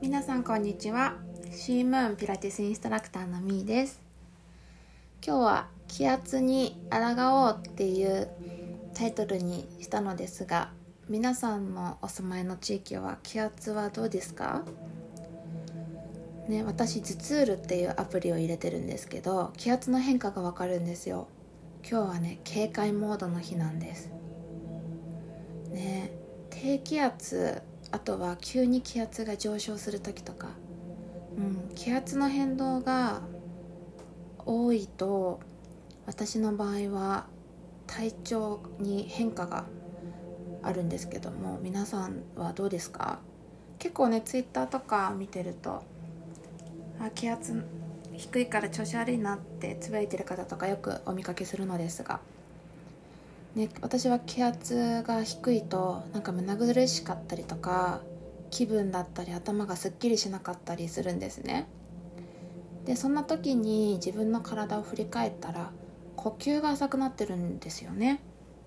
皆さんこんにちは。シームーンピラティスインストラクターのみーです。今日は気圧に抗おうっていうタイトルにしたのですが、皆さんのお住まいの地域は気圧はどうですかね、私ズツールっていうアプリを入れてるんですけど、気圧の変化がわかるんですよ。今日はね、警戒モードの日なんですね。低気圧、あとは急に気圧が上昇する時とか、気圧の変動が多いと、私の場合は体調に変化があるんですけども、皆さんはどうですか？結構ね、ツイッターとか見てると、気圧低いから調子悪いなってつぶやいてる方とかよくお見かけするのですが、ね、私は気圧が低いとなんか胸苦しかったりとか、気分だったり頭がすっきりしなかったりするんですね。でそんな時に自分の体を振り返ったら、呼吸が浅くなってるんですよね。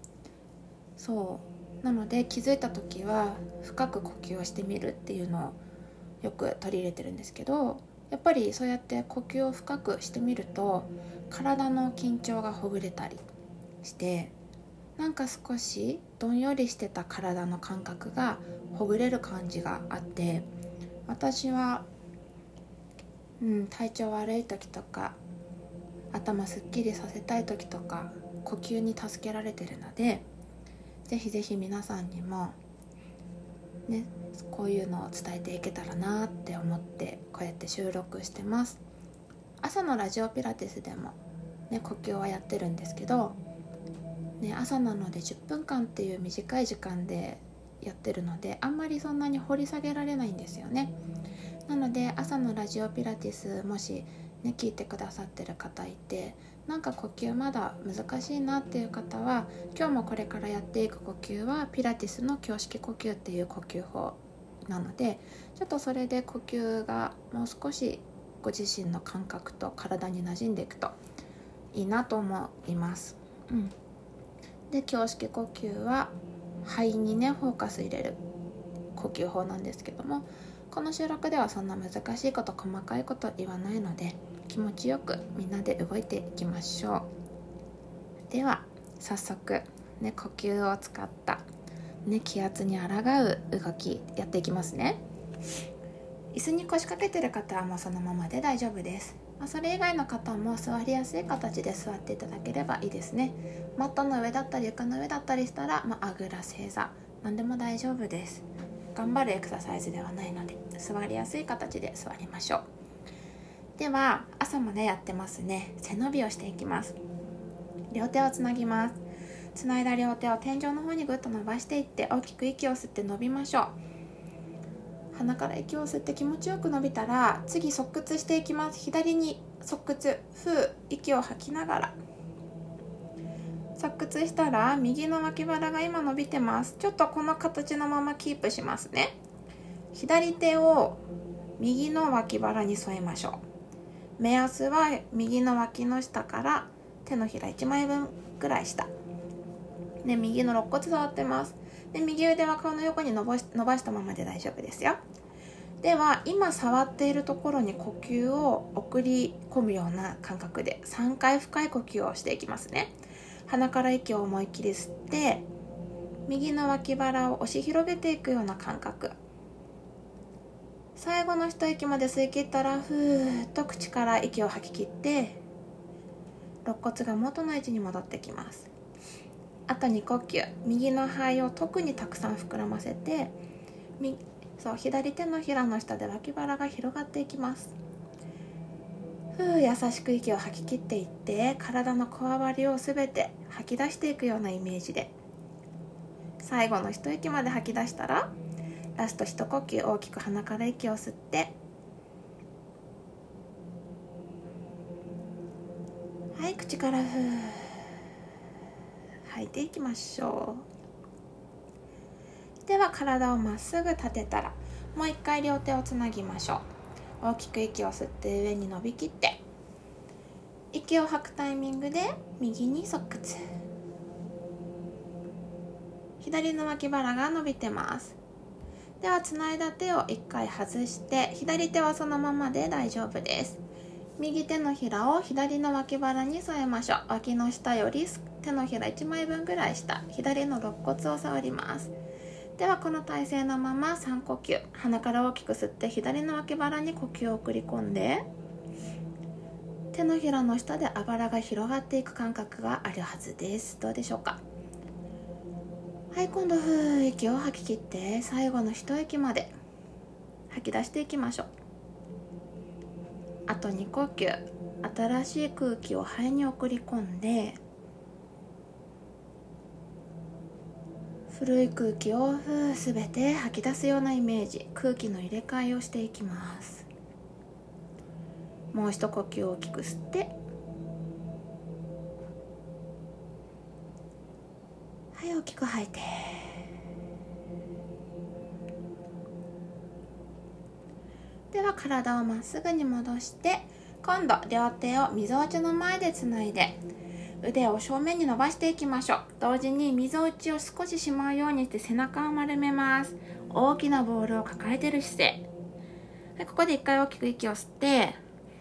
そうなので、気づいた時は深く呼吸をしてみるっていうのをよく取り入れてるんですけど、やっぱりそうやって呼吸を深くしてみると、体の緊張がほぐれたりして、なんか少しどんよりしてた体の感覚がほぐれる感じがあって、私は、体調悪い時とか、頭すっきりさせたい時とか、呼吸に助けられてるので、ぜひぜひ皆さんにもね、こういうのを伝えていけたらなって思って、こうやって収録してます。朝のラジオピラティスでもね、呼吸はやってるんですけどね、朝なので10分間っていう短い時間でやってるので、あんまりそんなに掘り下げられないんですよね。なので朝のラジオピラティス、もしね、聞いてくださってる方いて、なんか呼吸まだ難しいなっていう方は、今日もこれからやっていく呼吸はピラティスの胸式呼吸っていう呼吸法なので、ちょっとそれで呼吸がもう少しご自身の感覚と体に馴染んでいくといいなと思います。で、胸式呼吸は肺にね、フォーカス入れる呼吸法なんですけども、この収録ではそんな難しいこと細かいこと言わないので、気持ちよくみんなで動いていきましょう。では早速ね、呼吸を使ったね、気圧に抗う動きやっていきますね。椅子に腰掛けてる方はもうそのままで大丈夫です。それ以外の方も座りやすい形で座っていただければいいですね。マットの上だったり床の上だったりしたら、あぐら正座何でも大丈夫です。頑張るエクササイズではないので、座りやすい形で座りましょう。では朝もね、やってますね。背伸びをしていきます。両手をつなぎます。つないだ両手を天井の方にぐっと伸ばしていって、大きく息を吸って伸びましょう。鼻から息を吸って気持ちよく伸びたら、次側屈していきます。左に側屈、息を吐きながら側屈したら、右の脇腹が今伸びてます。ちょっとこの形のままキープしますね。左手を右の脇腹に添えましょう。目安は右の脇の下から手のひら1枚分くらい下で、右の肋骨触ってます。で、右腕は顔の横に伸ばしたままで大丈夫ですよ。では今触っているところに呼吸を送り込むような感覚で3回深い呼吸をしていきますね。鼻から息を思いっきり吸って、右の脇腹を押し広げていくような感覚。最後の一息まで吸い切ったら、ふーっと口から息を吐き切って、肋骨が元の位置に戻ってきます。あと2呼吸、右の肺を特にたくさん膨らませて、左手のひらの下で脇腹が広がっていきます。優しく息を吐き切っていって、体のこわばりをすべて吐き出していくようなイメージで、最後の一息まで吐き出したら、ラスト一呼吸、大きく鼻から息を吸って、はい、口から吐いていきましょう。では体をまっすぐ立てたら、もう一回両手をつなぎましょう。大きく息を吸って上に伸びきって、息を吐くタイミングで右に側屈。左の脇腹が伸びてます。 ではつないだ手を1回外して、左手はそのままで大丈夫です。右手のひらを左の脇腹に添えましょう。脇の下より手のひら1枚分ぐらい下、左の肋骨を触ります。ではこの体勢のまま3呼吸、鼻から大きく吸って左の脇腹に呼吸を送り込んで、手のひらの下であばらが広がっていく感覚があるはずです。どうでしょうか。はい、今度息を吐き切って最後の一息まで吐き出していきましょう。あと2呼吸、新しい空気を肺に送り込んで、古い空気をすべて吐き出すようなイメージ、空気の入れ替えをしていきます。もう一呼吸大きく吸って、はい、大きく吐いて、では体をまっすぐに戻して、今度両手をみぞおちの前でつないで腕を正面に伸ばしていきましょう。同時にみぞおちを少ししまうようにして背中を丸めます。大きなボールを抱えている姿勢。はい、ここで一回大きく息を吸って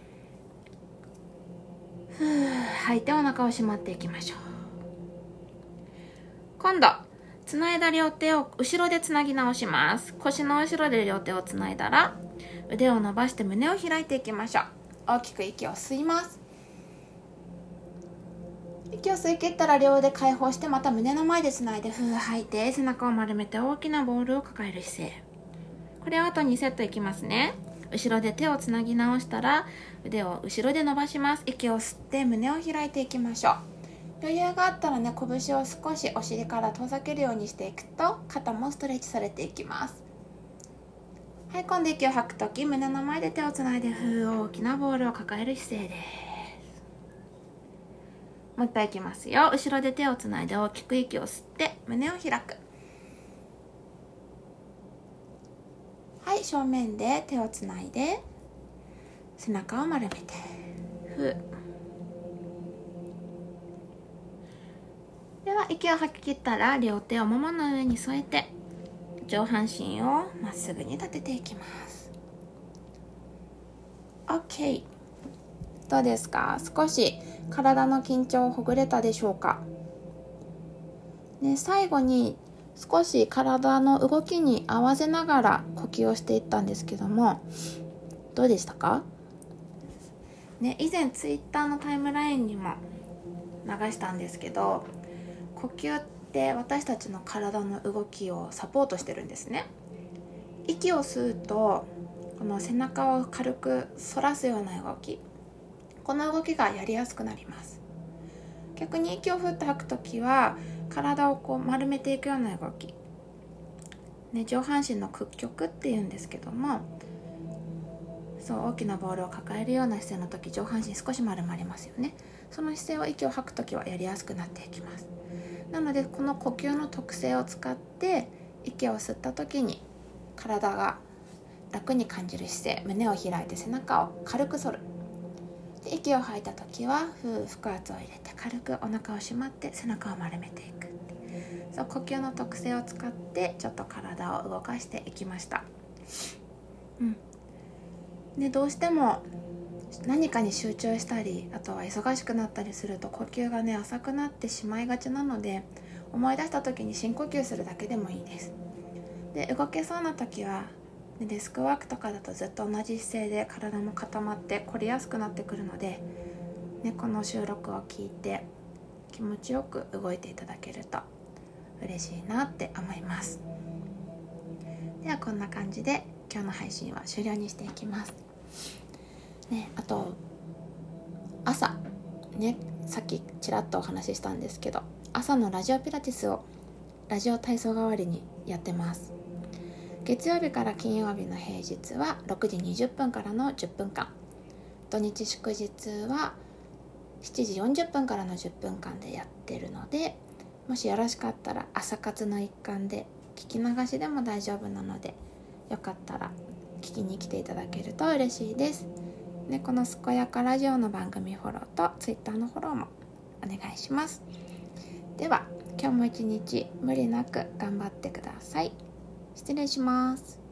吐いてお腹をしまっていきましょう。今度つないだ両手を後ろでつなぎ直します。腰の後ろで両手をつないだら腕を伸ばして胸を開いていきましょう。大きく息を吸います。息を吸い切ったら両腕解放して、また胸の前でつないで吐いて背中を丸めて大きなボールを抱える姿勢。これをあと2セットいきますね。後ろで手をつなぎ直したら腕を後ろで伸ばします。息を吸って胸を開いていきましょう。余裕があったらね、拳を少しお尻から遠ざけるようにしていくと肩もストレッチされていきます。はい、今度息を吐くとき胸の前で手をつないで大きなボールを抱える姿勢です。もう一回いきますよ。後ろで手をつないで大きく息を吸って胸を開く。はい、正面で手をつないで背中を丸めてでは息を吐き切ったら両手をももの上に添えて上半身をまっすぐに立てていきます。 OK、 どうですか。少し体の緊張ほぐれたでしょうか、ね、最後に少し体の動きに合わせながら呼吸をしていったんですけども、どうでしたか、ね、以前ツイッターのタイムラインにも流したんですけど、呼吸って私たちの体の動きをサポートしてるんですね。息を吸うとこの背中を軽く反らすような動き、この動きがやりやすくなります。逆に息をふっと吐くときは体をこう丸めていくような動き、ね、上半身の屈曲っていうんですけども、そう大きなボールを抱えるような姿勢の時、上半身少し丸まりますよね。その姿勢を息を吐くときはやりやすくなっていきます。なのでこの呼吸の特性を使って息を吸った時に体が楽に感じる姿勢、胸を開いて背中を軽く反る。で息を吐いた時は腹圧を入れて軽くお腹をしまって背中を丸めていく。そう呼吸の特性を使ってちょっと体を動かしていきました。でどうしても何かに集中したり、あとは忙しくなったりすると呼吸がね浅くなってしまいがちなので、思い出した時に深呼吸するだけでもいいです。で動けそうな時はデスクワークとかだとずっと同じ姿勢で体も固まって凝りやすくなってくるので、ね、この収録を聞いて気持ちよく動いていただけると嬉しいなって思います。ではこんな感じで今日の配信は終了にしていきますね。あと朝ね、さっきちらっとお話ししたんですけど、朝のラジオピラティスをラジオ体操代わりにやってます。月曜日から金曜日の平日は6時20分からの10分間、土日祝日は7時40分からの10分間でやってるので、もしよろしかったら朝活の一環で聞き流しでも大丈夫なので、よかったら聞きに来ていただけると嬉しいです。でこの健やかラジオの番組フォローと Twitter のフォローもお願いします。では今日も一日無理なく頑張ってください。 失礼します。